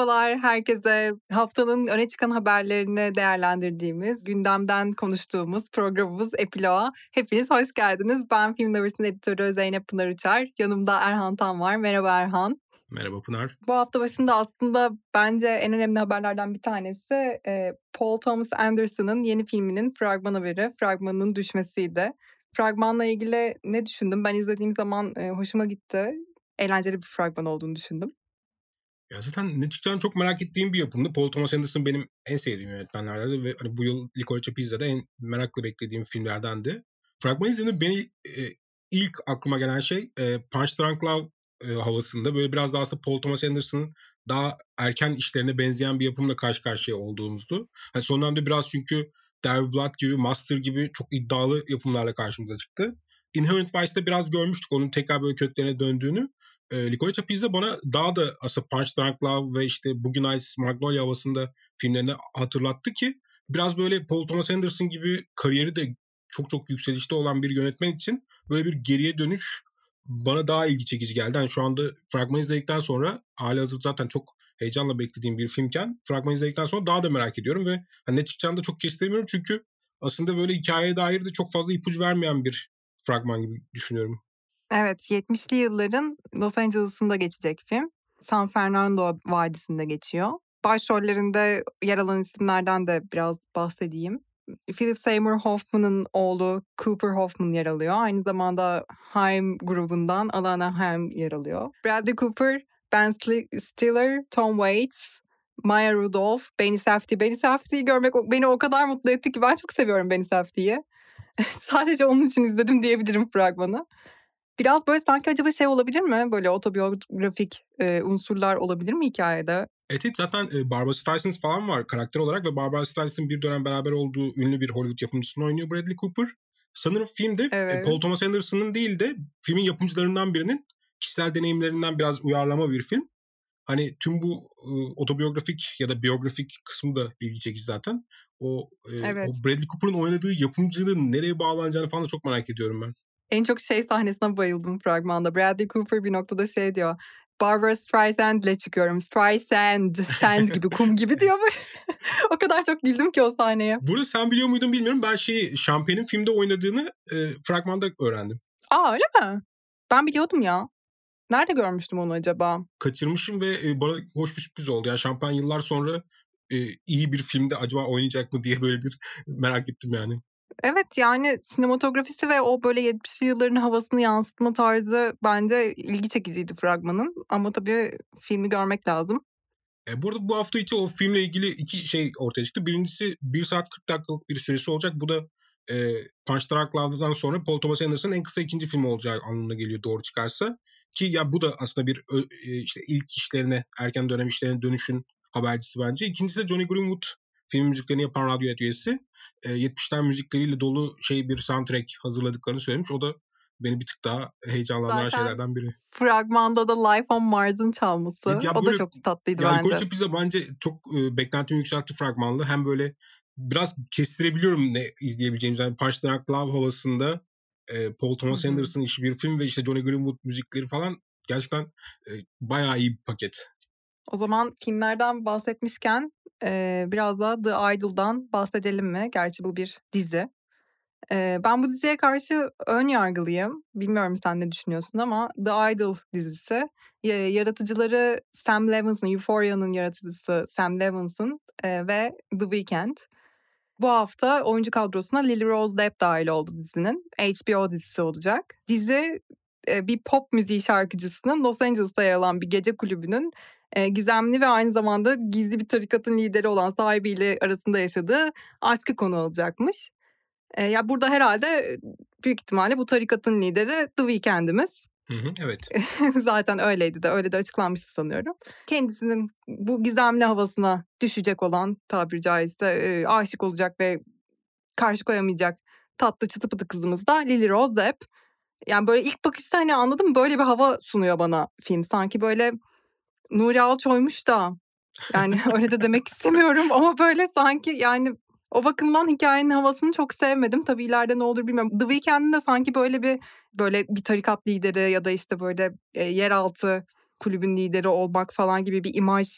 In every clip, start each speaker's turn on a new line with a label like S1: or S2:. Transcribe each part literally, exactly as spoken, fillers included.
S1: Merhabalar herkese. Haftanın öne çıkan haberlerini değerlendirdiğimiz, gündemden konuştuğumuz programımız Epilog'a hepiniz hoş geldiniz. Ben Film Lovers'ın editörü Zeynep Pınar Uçar. Yanımda Erhan Tan var. Merhaba Erhan.
S2: Merhaba Pınar.
S1: Bu hafta başında aslında bence en önemli haberlerden bir tanesi e, Paul Thomas Anderson'ın yeni filminin fragman haberi, fragmanının düşmesiydi. Fragmanla ilgili ne düşündüm? Ben izlediğim zaman e, hoşuma gitti. Eğlenceli bir fragman olduğunu düşündüm.
S2: Ya zaten ne çıkacağını çok merak ettiğim bir yapımdı. Paul Thomas Anderson benim en sevdiğim yönetmenlerden ve hani bu yıl Licorice Pizza'da en merakla beklediğim filmlerdendi. Fragman izlediğimde beni e, ilk aklıma gelen şey e, Punch Drunk Love e, havasında. Böyle biraz daha aslında Paul Thomas Anderson'ın daha erken işlerine benzeyen bir yapımla karşı karşıya olduğumuzdu. Hani son dönemde biraz çünkü There Blood gibi, Master gibi çok iddialı yapımlarla karşımıza çıktı. Inherent Vice'da biraz görmüştük onun tekrar böyle köklerine döndüğünü. E, Licorice Pizza bana daha da aslında Punch Drunk Love ve işte Bugün Ice Magnolia havasında filmlerini hatırlattı ki biraz böyle Paul Thomas Anderson gibi kariyeri de çok çok yükselişte olan bir yönetmen için böyle bir geriye dönüş bana daha ilgi çekici geldi. Yani şu anda fragman izledikten sonra halihazırda zaten çok heyecanla beklediğim bir filmken fragman izledikten sonra daha da merak ediyorum ve hani ne çıkacağını da çok kestiremiyorum çünkü aslında böyle hikayeye dair de çok fazla ipucu vermeyen bir fragman gibi düşünüyorum.
S1: Evet, yetmişli yılların Los Angeles'ında geçecek film. San Fernando Vadisi'nde geçiyor. Başrollerinde yer alan isimlerden de biraz bahsedeyim. Philip Seymour Hoffman'ın oğlu Cooper Hoffman yer alıyor. Aynı zamanda Haim grubundan Alana Haim yer alıyor. Bradley Cooper, Ben Stiller, Tom Waits, Maya Rudolph, Benny Safdie. Benny Safdie'yi görmek beni o kadar mutlu etti ki ben çok seviyorum Benny Safdie'yi. Sadece onun için izledim diyebilirim fragmanı. Biraz böyle sanki acaba şey olabilir mi? Böyle otobiyografik e, unsurlar olabilir mi hikayede?
S2: Evet, evet zaten e, Barbra Streisand falan var karakter olarak ve Barbra Streisand'ın bir dönem beraber olduğu ünlü bir Hollywood yapımcısını oynuyor Bradley Cooper. Sanırım filmde e,
S1: Evet.
S2: Paul Thomas Anderson'ın değil de filmin yapımcılarından birinin kişisel deneyimlerinden biraz uyarlama bir film. Hani tüm bu e, otobiyografik ya da biyografik kısmı da ilgi çekici zaten. O, e,
S1: Evet.
S2: o Bradley Cooper'ın oynadığı yapımcının nereye bağlanacağını falan da çok merak ediyorum ben.
S1: En çok şey sahnesine bayıldım fragmanda. Bradley Cooper bir noktada şey diyor. Barbra Streisand'le çıkıyorum. Streisand, sand gibi, kum gibi diyor böyle. O kadar çok güldüm ki o sahneye.
S2: Burada sen biliyor muydun bilmiyorum. Ben şeyi Champagne'in filmde oynadığını e, fragmanda öğrendim.
S1: Aa öyle mi? Ben biliyordum ya. Nerede görmüştüm onu acaba?
S2: Kaçırmışım ve e, bana hoş bir sürpriz oldu. Yani Champagne yıllar sonra e, iyi bir filmde acaba oynayacak mı diye böyle bir merak ettim yani.
S1: Evet yani sinematografisi ve o böyle yetmişli yılların havasını yansıtma tarzı bence ilgi çekiciydi fragmanın. Ama tabii filmi görmek lazım.
S2: E, burada bu hafta içi o filmle ilgili iki şey ortaya çıktı. Birincisi bir saat kırk dakikalık bir süresi olacak. Bu da e, Punch Drunk Love'dan sonra Paul Thomas Anderson'ın en kısa ikinci filmi olacağı anlamına geliyor doğru çıkarsa. Ki ya bu da aslında bir e, işte ilk işlerine, erken dönem işlerine dönüşün habercisi bence. İkincisi de Johnny Greenwood film müziklerini yapan Radiohead üyesi. E, yetmişler müzikleriyle dolu şey bir soundtrack hazırladıklarını söylemiş. O da beni bir tık daha heyecanlandıran
S1: Zaten
S2: şeylerden biri.
S1: fragmanda da Life on Mars'ın çalması.
S2: Evet, ya
S1: O da
S2: böyle
S1: çok tatlıydı
S2: ya
S1: bence.
S2: Licorice Pizza bence çok e, beklentimi yükseltti fragmanlı. Hem böyle biraz kestirebiliyorum ne izleyebileceğimiz. Yani Punch Drunk Love havasında e, Paul Thomas
S1: Hı hı.
S2: Anderson işi bir film ve işte Johnny Greenwood müzikleri falan gerçekten e, bayağı iyi bir paket.
S1: O zaman filmlerden bahsetmişken e, biraz da The Idol'dan bahsedelim mi? Gerçi bu bir dizi. E, ben bu diziye karşı ön yargılıyım. Bilmiyorum sen ne düşünüyorsun ama The Idol dizisi. Ya- Yaratıcıları Sam Levinson, Euphoria'nın yaratıcısı Sam Levinson e, ve The Weeknd. Bu hafta oyuncu kadrosuna Lily Rose Depp dahil oldu dizinin. H B O dizisi olacak. Dizi e, bir pop müziği şarkıcısının Los Angeles'ta yer alan bir gece kulübünün e, gizemli ve aynı zamanda gizli bir tarikatın lideri olan sahibiyle arasında yaşadığı aşkı konu alacakmış. E, ya burada herhalde büyük ihtimalle bu tarikatın lideri The Weeknd'imiz.
S2: Hı hı, evet.
S1: Zaten öyleydi de öyle de açıklanmıştı sanıyorum. Kendisinin bu gizemli havasına düşecek olan tabiri caizse e, aşık olacak ve karşı koyamayacak tatlı çıtı pıtı kızımız da Lily Rose Depp. Yani böyle ilk bakışta hani anladın mı böyle bir hava sunuyor bana film. Sanki böyle Nuri Alço'ymuş da yani öyle de demek istemiyorum ama böyle sanki yani o bakımdan hikayenin havasını çok sevmedim. Tabii ileride ne olur bilmiyorum. The Weeknd'in de sanki böyle bir böyle bir tarikat lideri ya da işte böyle e, yeraltı kulübün lideri olmak falan gibi bir imaj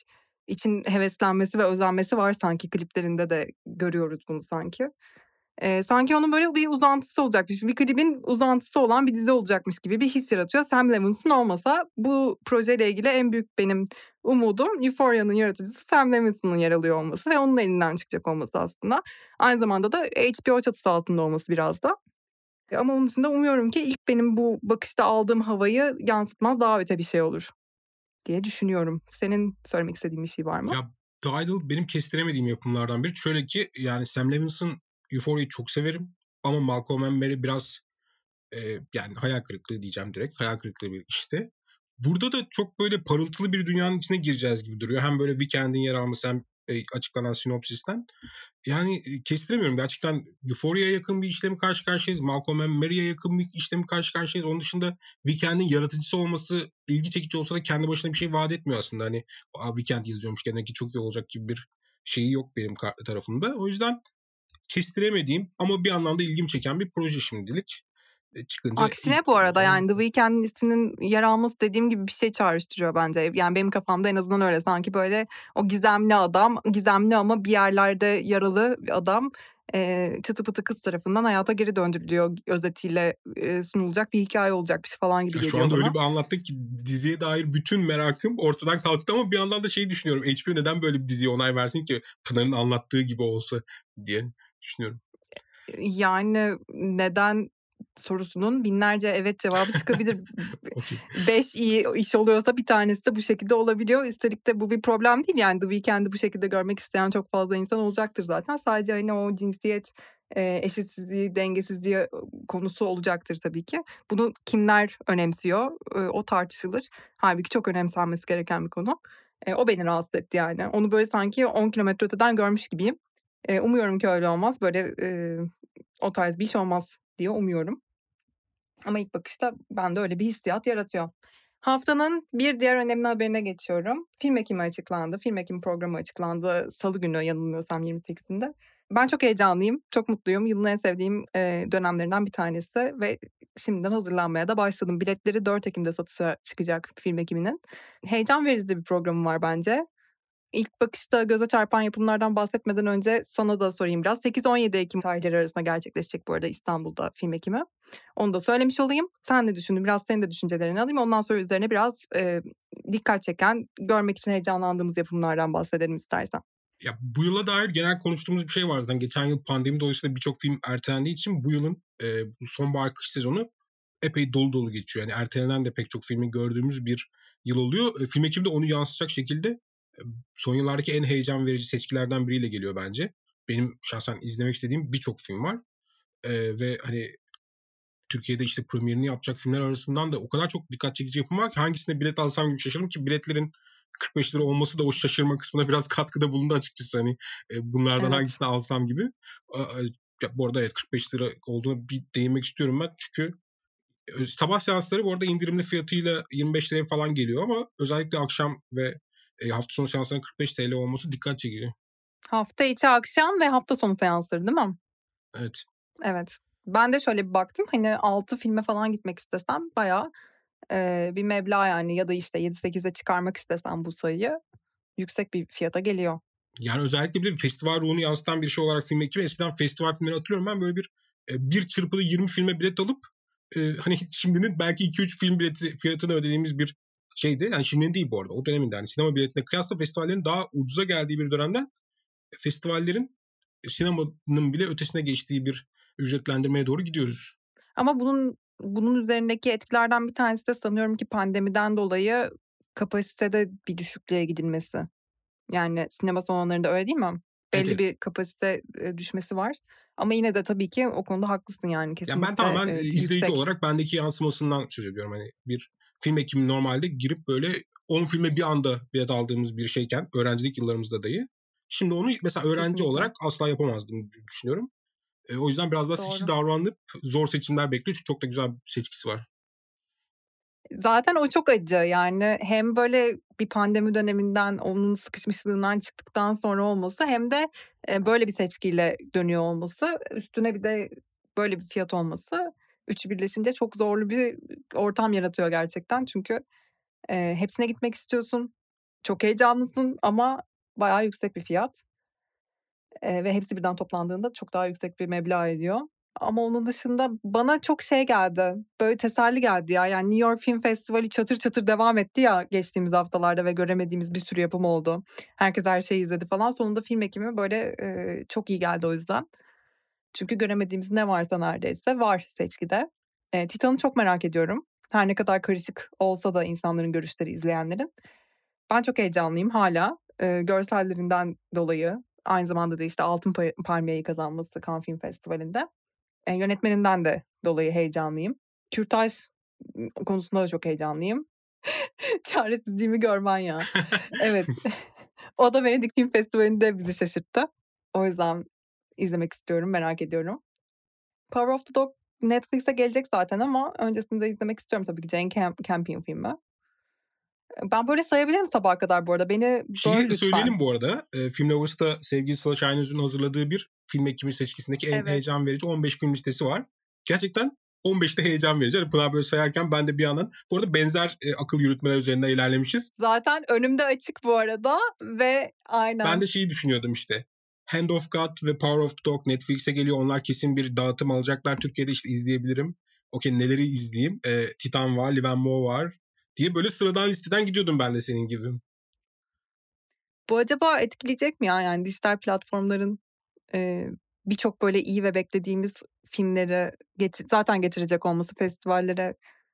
S1: için heveslenmesi ve özenmesi var sanki. Kliplerinde de görüyoruz bunu sanki. Eee, sanki onun böyle bir uzantısı olacakmış, bir klibin uzantısı olan bir dizi olacakmış gibi bir his yaratıyor. Sam Levinson olmasa bu projeyle ilgili en büyük benim umudum Euphoria'nın yaratıcısı Sam Levinson'ın yer alıyor olması ve onun elinden çıkacak olması aslında. Aynı zamanda da H B O çatısı altında olması biraz da. Ama onun dışında umuyorum ki ilk benim bu bakışta aldığım havayı yansıtmaz, daha öte bir şey olur diye düşünüyorum. Senin söylemek istediğin bir şey var mı?
S2: Ya, The Idol benim kestiremediğim yapımlardan biri. Şöyle ki, yani Sam Levinson, Euphoria'yı çok severim ama Malcolm and Marie biraz, eee, yani hayal kırıklığı diyeceğim direkt. Hayal kırıklığı bir işti. Burada da çok böyle parıltılı bir dünyanın içine gireceğiz gibi duruyor. Hem böyle Weeknd'in yer alması hem, eee, açıklanan sinopsisten. Yani, eee, kestiremiyorum. Gerçekten Euphoria'ya yakın bir işle mi karşı karşıyayız? Malcolm and Marie'ye yakın bir işle mi karşı karşıyayız? Onun dışında Weeknd'in yaratıcısı olması ilgi çekici olsa da kendi başına bir şey vaat etmiyor aslında. Hani, "A, Weeknd yazıyormuş, demek ki çok iyi olacak." gibi bir şeyi yok benim ka tarafımda. O yüzden kestiremediğim ama bir anlamda ilgimi çeken bir proje şimdilik. Eee, çıkınca ilk
S1: Aksine bu arada,
S2: göreceğim.
S1: yani, The Weeknd'in isminin yer alması dediğim gibi bir şey çağrıştırıyor bence. Yani, benim kafamda en azından öyle. Sanki böyle o gizemli adam, gizemli ama bir yerlerde yaralı bir adam, eee, çıtı pıtı kız tarafından hayata geri döndürülüyor özetiyle, eee, sunulacak bir hikâye olacakmış falan gibi
S2: Ya, şu
S1: geliyor
S2: anda öyle
S1: bana.
S2: bir anlattın ki diziye dair bütün merakım ortadan kalktı ama bir yandan da şeyi düşünüyorum. H B O neden böyle bir diziye onay versin ki Pınar'ın anlattığı gibi olsa diye düşünüyorum.
S1: Yani, neden sorusunun binlerce evet cevabı çıkabilir.
S2: Okay.
S1: beş iyi iş oluyorsa bir tanesi de bu şekilde olabiliyor. Üstelik de bu bir problem değil, yani, The Weeknd'i bu şekilde görmek isteyen çok fazla insan olacaktır zaten. Sadece, hani, o cinsiyet, eee, eşitsizliği, dengesizliği, ııı, konusu olacaktır tabii ki. Bunu kimler önemsiyor, ııı, o tartışılır. Hâlbuki çok önemsenmesi gereken bir konu. Eee, o beni rahatsız etti yani. Onu böyle sanki on kilometre öteden görmüş gibiyim. Eee, umuyorum ki öyle olmaz. Böyle, eee, o tarz bir iş olmaz diye umuyorum. Ama ilk bakışta bende öyle bir hissiyat yaratıyor. Haftanın bir diğer önemli haberine geçiyorum. Film ekimi açıklandı. Film ekimi programı açıklandı salı günü yanılmıyorsam yirmi sekizinde. Ben çok heyecanlıyım, çok mutluyum. Yılın en sevdiğim, eee, dönemlerinden bir tanesi ve şimdiden hazırlanmaya da başladım. Biletleri dört Ekim'de satışa çıkacak film ekiminin. Heyecan verici de bir programı var bence. İlk bakışta göze çarpan yapımlardan bahsetmeden önce sana da sorayım biraz. sekiz on yedi Ekim tarihleri arasında gerçekleşecek bu arada İstanbul'da film ekimi. Onu da söylemiş olayım. Sen ne düşündün? Biraz senin de düşüncelerini alayım. Ondan sonra üzerine biraz, eee, dikkat çeken, görmek için heyecanlandığımız yapımlardan bahsedelim istersen.
S2: Ya, bu yıla dair genel konuştuğumuz bir şey var zaten. Geçen yıl pandemi dolayısıyla birçok film ertelendiği için bu yılın, eee, bu sonbahar kış sezonu epey dolu dolu geçiyor. Yani ertelenen de pek çok filmi gördüğümüz bir yıl oluyor. Eee, film ekibi de onu yansıtacak şekilde, eee, son yıllardaki en heyecan verici seçkilerden biriyle geliyor bence. Benim şahsen izlemek istediğim birçok film var. Eee, ve hani Türkiye'de işte premierini yapacak filmler arasından da o kadar çok dikkat çekici yapım var ki hangisine bilet alsam gibi şaşırdım ki biletlerin kırk beş lira olması da o şaşırma kısmına biraz katkıda bulundu açıkçası. Hani e, bunlardan
S1: Evet.
S2: hangisini alsam gibi. A- a- Ya bu arada evet kırk beş lira olduğuna bir değinmek istiyorum ben. Çünkü e, sabah seansları bu arada indirimli fiyatıyla yirmi beş liraya falan geliyor ama özellikle akşam ve e, hafta sonu seanslarının kırk beş T L olması dikkat çekici.
S1: Hafta içi akşam ve hafta sonu seansları değil mi?
S2: Evet.
S1: Evet. Ben de şöyle bir baktım. Hani altı filme falan gitmek istesem bayağı, eee, bir meblağ yani ya da işte yedi sekize çıkarmak istesem bu sayıyı yüksek bir fiyata geliyor.
S2: Yani, özellikle bir de festival ruhunu yansıtan bir şey olarak film ekibi eskiden festival filmleri hatırlıyorum ben böyle bir, eee, bir çırpıda yirmi filme bilet alıp, eee, hani, şimdinin belki iki üç film bileti fiyatını ödediğimiz bir şeydi. Yani, şimdinin değil bu arada, o dönemin de, hani, sinema biletine kıyasla festivallerin daha ucuza geldiği bir dönemden e, festivallerin sinemanın bile ötesine geçtiği bir ücretlendirmeye doğru gidiyoruz.
S1: Ama bunun bunun üzerindeki etkilerden bir tanesi de sanıyorum ki pandemiden dolayı kapasitede bir düşüklüğe gidilmesi. Yani sinema salonlarında öyle değil mi?
S2: Evet,
S1: Belli
S2: evet.
S1: bir kapasite, eee, düşmesi var ama yine de tabii ki o konuda haklısın yani
S2: Ya, ben
S1: kesinlikle,
S2: tamamen, eee,
S1: eee,
S2: izleyici
S1: yüksek.
S2: olarak bendeki yansımasından söz ediyorum. Hani, bir film ekibi normalde girip böyle on filme bir anda bilet aldığımız bir şeyken öğrencilik yıllarımızda dahi, şimdi onu mesela öğrenci
S1: Kesinlikle.
S2: olarak asla yapamazdım d düşünüyorum. Eee, o yüzden biraz daha seçici
S1: Doğru.
S2: davranıp zor seçimler bekliyor çünkü çok da güzel bir seçkisi var.
S1: Zaten o çok acı. Yani hem böyle bir pandemi döneminden, onun sıkışmışlığından çıktıktan sonra olması hem de, eee, böyle bir seçkiyle dönüyor olması, üstüne bir de böyle bir fiyat olması, üçü birleşince çok zorlu bir ortam yaratıyor gerçekten. Çünkü, eee, hepsine gitmek istiyorsun. çok heyecanlısın ama bayağı yüksek bir fiyat. Eee, ve hepsi birden toplandığında çok daha yüksek bir meblağ ediyor. Ama onun dışında bana çok şey geldi, böyle teselli geldi ya. Yani New York Film Festivali çatır çatır devam etti ya geçtiğimiz haftalarda ve göremediğimiz bir sürü yapım oldu. Herkes her şeyi izledi falan. Sonunda film ekimi böyle, eee, çok iyi geldi o yüzden. Çünkü göremediğimiz ne varsa neredeyse var seçkide. Eee, Titan'ı çok merak ediyorum. Her ne kadar karışık olsa da insanların görüşleri, izleyenlerin. Ben çok heyecanlıyım hâlâ. Eee, görsellerinden dolayı. Aynı zamanda da işte Altın Pa Palmiye'yi kazanması Cannes Film Festivali'nde. Eee, yönetmeninden de dolayı heyecanlıyım. Kürtaj ımm, konusunda da çok heyecanlıyım. Çaresizliğimi görmen ya. Evet. O da Venedik Film Festivali'nde bizi şaşırttı. O yüzden izlemek istiyorum, merak ediyorum. Power of the Dog Netflix'e gelecek zaten ama öncesinde izlemek istiyorum tabii ki Jane Camp Campion filmi. Eee, ben böyle sayabilirim sabaha kadar bu arada. Beni böl
S2: Şeyi
S1: lütfen.
S2: söyleyelim bu arada, eee, Film Lovers'ta sevgili Sıla Şahinözü'nün hazırladığı bir film ekimi seçkisindeki en
S1: Evet.
S2: heyecan verici on beş film listesi var. Gerçekten on beş de heyecan verici. Hani Pınar böyle sayarken ben de bir yandan bu arada benzer, eee, akıl yürütmeler üzerinden ilerlemişiz.
S1: Zaten önümde açık bu arada ve
S2: Ben de
S1: aynen.
S2: şeyi düşünüyordum işte, Hand of God ve Power of the Dog Netflix'e geliyor. Onlar kesin bir dağıtım alacaklar. Türkiye'de işte izleyebilirim. Okay, neleri izleyeyim? Eee, Titan var, Lee Van Mo var diye böyle sıradan listeden gidiyordum ben de senin gibi.
S1: Bu acaba etkileyecek mi ya? Yani dijital platformların, eee, birçok böyle iyi ve beklediğimiz filmleri geti zaten getirecek olması festivallere,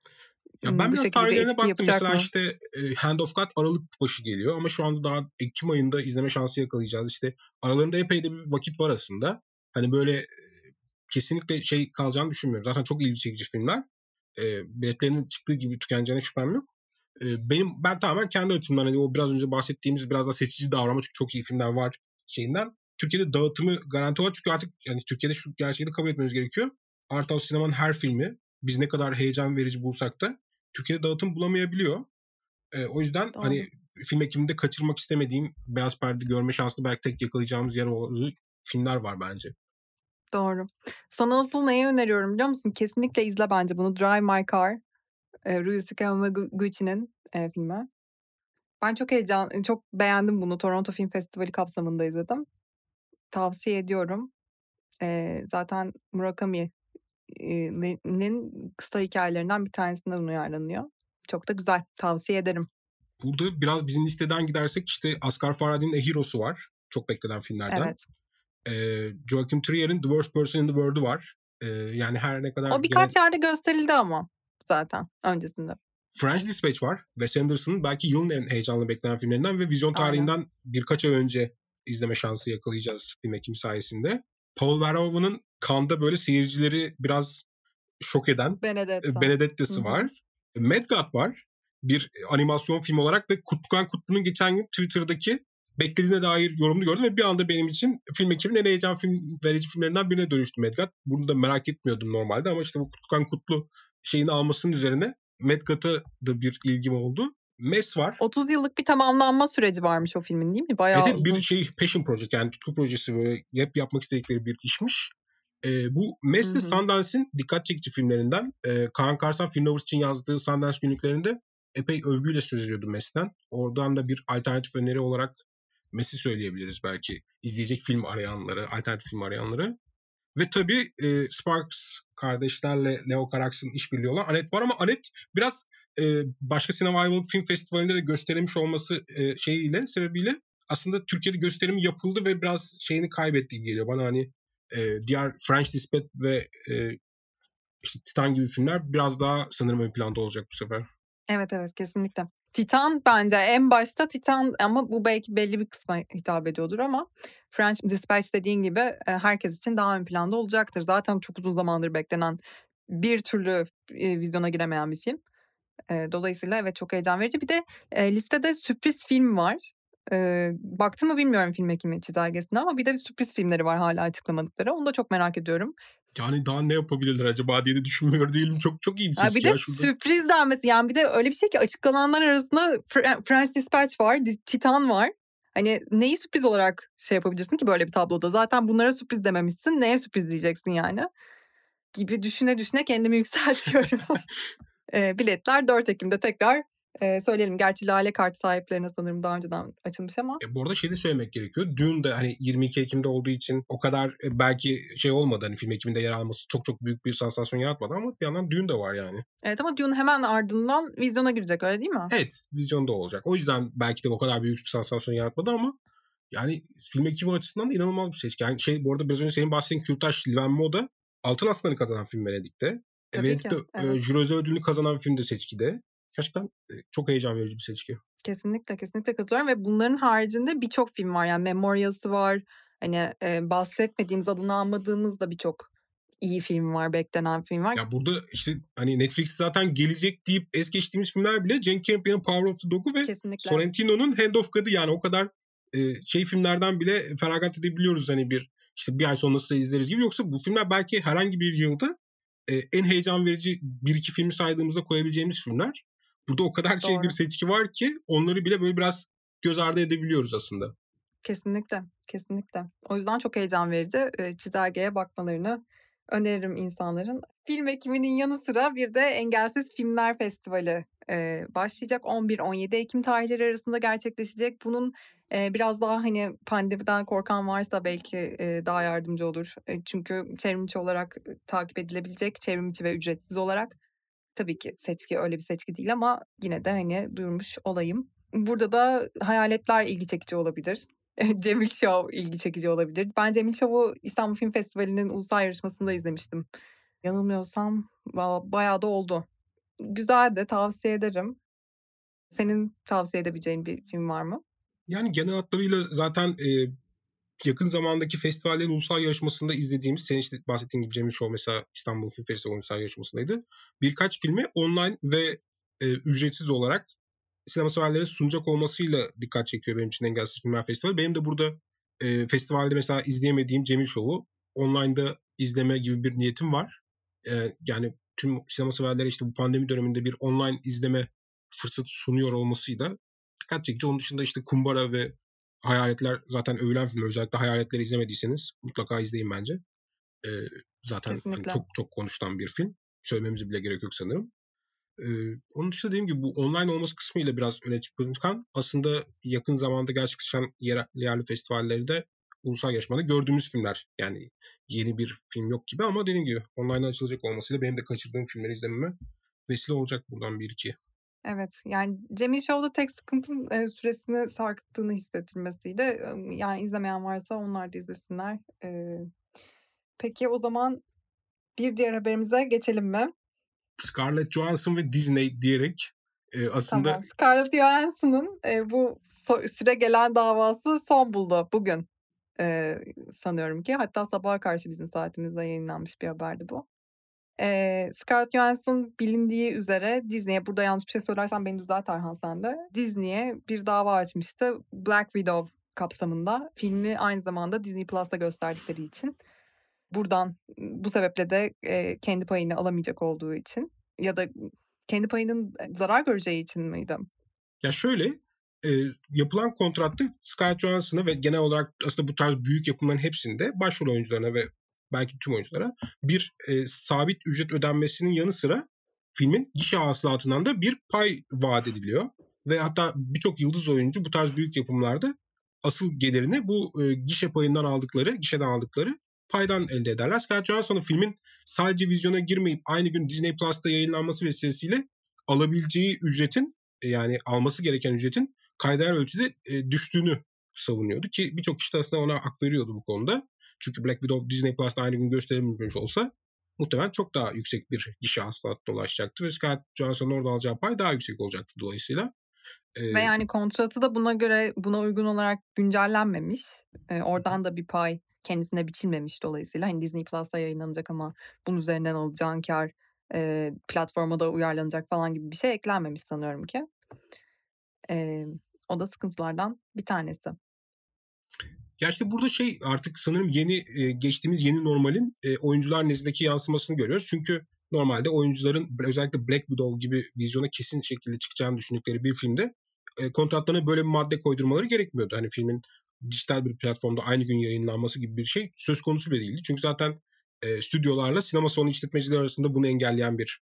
S2: Ya ben
S1: ımm, bu
S2: biraz
S1: şekilde bir
S2: tarihlerine
S1: etki
S2: baktım.
S1: yapacak
S2: Mesela
S1: mı?
S2: işte e, Hand of God Aralık başı geliyor ama şu anda daha Ekim ayında izleme şansı yakalayacağız. İşte aralarında epey de bir vakit var aslında. Hani böyle e, kesinlikle şey kalacağını düşünmüyorum. Zaten çok ilgi çekici filmler. E, biletlerinin çıktığı gibi tükeneceğine şüphem yok. E, benim ben tamamen kendi açımdan hani o biraz önce bahsettiğimiz biraz da seçici davranma çünkü çok iyi filmler var şeyinden. Türkiye'de dağıtımı garanti olan çünkü artık yani Türkiye'de şu gerçeği de kabul etmemiz gerekiyor. Art House sinemanın her filmi biz ne kadar heyecan verici bulsak da Türkiye'de dağıtım bulamayabiliyor. E, o yüzden
S1: Doğru,
S2: hani film ekiminde kaçırmak istemediğim beyaz perde görme şanslı belki tek yakalayacağımız yer olduğu filmler var bence.
S1: doğru. Sana asıl neyi öneriyorum biliyor musun? Kesinlikle izle bence bunu. Drive My Car, eee, Ryusuke Hamaguchi'nin, eee, filmi. Ben çok heyecan çok beğendim bunu. Toronto Film Festivali kapsamında izledim. Tavsiye ediyorum. Eee, zaten Murakami eee, ni nin kısa hikâyelerinden bir tanesinden uyarlanıyor. Çok da güzel. Tavsiye ederim.
S2: Burada biraz bizim listeden gidersek işte Asghar Farhadi'nin A Hero'su var. Çok beklenen filmlerden.
S1: Evet.
S2: Ee, Joachim Trier'in The Worst Person in the World'u var. Ee, yani her ne kadar
S1: O
S2: gene
S1: birkaç yerde gösterildi ama zaten öncesinde.
S2: French Dispatch var. Wes Anderson'ın belki yılın en heyecanlı beklenen filmlerinden ve vizyon
S1: Aynen.
S2: tarihinden birkaç ay önce izleme şansı yakalayacağız film ekimi sayesinde. Paul Verhoeven'ın Cannes'da böyle seyircileri biraz şok eden e,
S1: Benedetta. Hı
S2: Benedetta'sı
S1: hı.
S2: var. Mad God var. Bir animasyon film olarak ve Kutlukan Kutlu'nun geçen gün Twitter'daki beklediğine dair yorumunu gördüm ve bir anda benim için film ekibinin en heyecan film verici filmlerinden birine dönüştü Mad God. Bunu da merak etmiyordum normalde ama işte bu Kutlukan Kutlu şeyini almasının üzerine Mad God'a da bir ilgim oldu. Mess var.
S1: otuz yıllık bir tamamlanma süreci varmış o filmin değil mi?
S2: Evet,
S1: Bayağı
S2: evet bir
S1: uzun.
S2: şey passion project yani tutku projesi böyle hep yapmak istedikleri bir işmiş. Ee, bu
S1: Hı
S2: Mess de
S1: hı.
S2: Sundance'in dikkat çekici filmlerinden. Ee, Kaan Karsan Film Lovers için yazdığı Sundance günlüklerinde epey övgüyle söz ediyordu Mess'ten. Oradan da bir alternatif öneri olarak Mess'i söyleyebiliriz belki. İzleyecek film arayanları, alternatif film arayanları. Ve tabii e, Sparks kardeşlerle Leo Carax'ın işbirliği olan Anet var ama Anet biraz e, başka sinema film festivalinde de gösterilmiş olması e, şeyiyle sebebiyle aslında Türkiye'de gösterimi yapıldı ve biraz şeyini kaybetti gibi geliyor bana hani e, diğer French Dispatch ve e, işte Titan gibi filmler biraz daha sanırım ön planda olacak bu sefer.
S1: Evet, evet, kesinlikle. Titan bence en başta Titan ama bu belki belli bir kısma hitap ediyordur ama French Dispatch dediğin gibi, eee, herkes için daha ön planda olacaktır. Zaten çok uzun zamandır beklenen, bir türlü, eee, vizyona giremeyen bir film. Eee, dolayısıyla evet, çok heyecan verici. Bir de, eee, listede sürpriz film var. Eee, baktın mı bilmiyorum film ekimi çizelgesine ama bir de bir sürpriz filmleri var hâlâ açıklamadıkları. Onu da çok merak ediyorum.
S2: Yani daha ne yapabilirler acaba diye de düşünmüyor değilim. Çok çok iyi bir
S1: Ha, bir
S2: seçki
S1: de
S2: ya şurada.
S1: sürpriz denmesi, yani, bir de öyle bir şey ki açıklananlar arasında Fre French Dispatch var, di Titan var. Hani, neyi sürpriz olarak şey yapabilirsin ki böyle bir tabloda? Zaten bunlara sürpriz dememişsin, neye sürpriz diyeceksin yani? Gibi düşüne düşüne kendimi yükseltiyorum. Eee, biletler dört Ekim'de tekrar, Eee, söyleyelim. Gerçi Lale Kart sahiplerine sanırım daha önceden açılmış ama.
S2: E, bu arada şeyi de söylemek gerekiyor. Dune de hani yirmi iki Ekim'de olduğu için o kadar e, belki şey olmadı. Hani film ekiminde yer alması çok çok büyük bir sansasyon yaratmadı ama bir yandan Dune de var yani.
S1: Evet ama Dune hemen ardından vizyona girecek, öyle değil mi?
S2: Evet, vizyonda olacak. O yüzden belki de o kadar büyük bir sansasyon yaratmadı ama yani film ekibi açısından da inanılmaz bir seçki. Yani şey bu arada biraz önce senin bahsettiğin Kürtaş Livanmo da Altın Aslan'ı kazanan film Venedik'te. E,
S1: Tabii ki,
S2: Venedik'te e,
S1: evet.
S2: Jules Özel ödülünü kazanan film de seçkide. Gerçekten e, çok heyecan verici bir seçki.
S1: Kesinlikle, kesinlikle katılıyorum ve bunların haricinde birçok film var. Yani Memorial'sı var. Hani, eee, bahsetmediğimiz, adını anmadığımız da birçok iyi film var, beklenen film var.
S2: Ya burada işte hani Netflix zaten gelecek deyip es geçtiğimiz filmler bile Jane Campion'ın Power of the Dog'u ve
S1: Kesinlikle.
S2: Sorrentino'nun Hand of God'u, yani o kadar e, şey filmlerden bile feragat edebiliyoruz hani bir işte bir ay sonra nasıl izleriz gibi. Yoksa bu filmler belki herhangi bir yılda e, en heyecan verici bir iki filmi saydığımızda koyabileceğimiz filmler. Burada o kadar şey bir
S1: Doğru.
S2: seçki var ki onları bile böyle biraz göz ardı edebiliyoruz aslında.
S1: Kesinlikle, kesinlikle. O yüzden çok heyecan verici. Eee, çizelgeye bakmalarını öneririm insanların. Film ekiminin yanı sıra bir de Engelsiz Filmler Festivali, eee, başlayacak. on bir on yedi Ekim tarihleri arasında gerçekleşecek. Bunun, eee, biraz daha, hani, pandemiden korkan varsa belki, eee, daha yardımcı olur. Eee, çünkü çevrim içi olarak, ııı, takip edilebilecek, çevrim içi ve ücretsiz olarak. Tabii ki seçki öyle bir seçki değil ama yine de, hani, duyurmuş olayım. Burada da Hayaletler ilgi çekici olabilir. Cemil Show ilgi çekici olabilir. Ben Cemil Show'u İstanbul Film Festivali'nin ulusal yarışmasında izlemiştim. Yanılmıyorsam valla bayağı da oldu. Güzeldi, tavsiye ederim. Senin tavsiye edebileceğin bir film var mı?
S2: Yani genel hatlarıyla zaten e, yakın zamandaki festivallerin ulusal yarışmasında izlediğimiz, senin işte bahsettiğin gibi Cemil Show mesela İstanbul Film Festivali ulusal yarışmasındaydı. Birkaç filmi online ve e, ücretsiz olarak sinema severlere sunacak olmasıyla dikkat çekiyor benim için Engelsiz Filmler Festivali. Benim de burada e, festivalde mesela izleyemediğim Cemil Show'u online'da izleme gibi bir niyetim var. E, yani tüm sinema severlere işte bu pandemi döneminde bir online izleme fırsatı sunuyor olmasıyla dikkat çekici. Onun dışında işte Kumbara ve Hayaletler zaten övülen film. Özellikle Hayaletleri izlemediyseniz mutlaka izleyin bence. E, zaten hani
S1: Kesinlikle.
S2: çok çok konuşulan bir film. Söylememize bile gerek yok sanırım. Ee, onun dışında dediğim gibi bu online olması kısmıyla biraz öne çıkan, aslında yakın zamanda gerçekleşen yer, yerli festivalleri de ulusal yarışmada gördüğümüz filmler. Yani yeni bir film yok gibi ama dediğim gibi online açılacak olmasıyla benim de kaçırdığım filmleri izlememe vesile olacak buradan bir iki.
S1: Evet, yani Cemil Show'da tek sıkıntım, eee, süresini sarkıttığını hissettirmesiydi. Emm, yani izlemeyen varsa onlar da izlesinler. Eee, peki o zaman bir diğer haberimize geçelim mi?
S2: Scarlett Johansson ve Disney diyerek e, aslında
S1: Tamam. Scarlett Johansson'ın, eee, bu so süregelen davası son buldu bugün, eee, sanıyorum ki. Hatta sabaha karşı bizim saatimizde yayınlanmış bir haberdi bu. Eee, Scarlett Johansson bilindiği üzere Disney'e, burada yanlış bir şey söylersem beni düzelt Erhan sen de. Disney'e bir dava açmıştı Black Widow kapsamında. Filmi aynı zamanda Disney Plus'ta gösterdikleri için. Buradan, bu sebeple de, eee, kendi payını alamayacak olduğu için ya da kendi payının, eee, zarar göreceği için miydi?
S2: ya şöyle, e, yapılan kontratta Scarlett Johansson'a ve genel olarak aslında bu tarz büyük yapımların hepsinde başrol oyuncularına ve belki tüm oyunculara bir e, sabit ücret ödenmesinin yanı sıra filmin gişe hasılatından da bir pay vaat ediliyor. Ve hatta birçok yıldız oyuncu bu tarz büyük yapımlarda asıl gelirini bu e, gişe payından aldıkları, gişeden aldıkları paydan elde ederler. Scarlett Johansson'ın filmin sadece vizyona girmeyip aynı gün Disney Plus'ta yayınlanması vesilesiyle alabileceği ücretin, yani alması gereken ücretin kayda ölçüde e, düştüğünü savunuyordu ki birçok kişi de aslında ona hak veriyordu bu konuda. Çünkü Black Widow Disney Plus'ta aynı gün gösterilmemiş olsa muhtemelen çok daha yüksek bir gişe hasılatına ulaşacaktı ve Scarlett Johansson'un orada alacağı pay daha yüksek olacaktı dolayısıyla. E,
S1: Ve yani kontratı da buna göre, buna uygun olarak güncellenmemiş. Eee, oradan da bir pay kendisine biçilmemiş dolayısıyla. Hani Disney Plus'ta yayınlanacak ama bunun üzerinden alacağın kâr, eee, platforma da uyarlanacak falan gibi bir şey eklenmemiş sanıyorum ki. Emm, o da sıkıntılardan bir tanesi.
S2: Ya işte burada şey artık sanırım yeni e, geçtiğimiz yeni normalin e, oyuncular nezdindeki yansımasını görüyoruz. Çünkü normalde oyuncuların özellikle Black Widow gibi vizyona kesin şekilde çıkacağını düşündükleri bir filmde e, kontratlarına böyle bir madde koydurmaları gerekmiyordu. Hani filmin dijital bir platformda aynı gün yayınlanması gibi bir şey söz konusu bile değildi. Çünkü zaten e, stüdyolarla sinema salonu işletmecileri arasında bunu engelleyen bir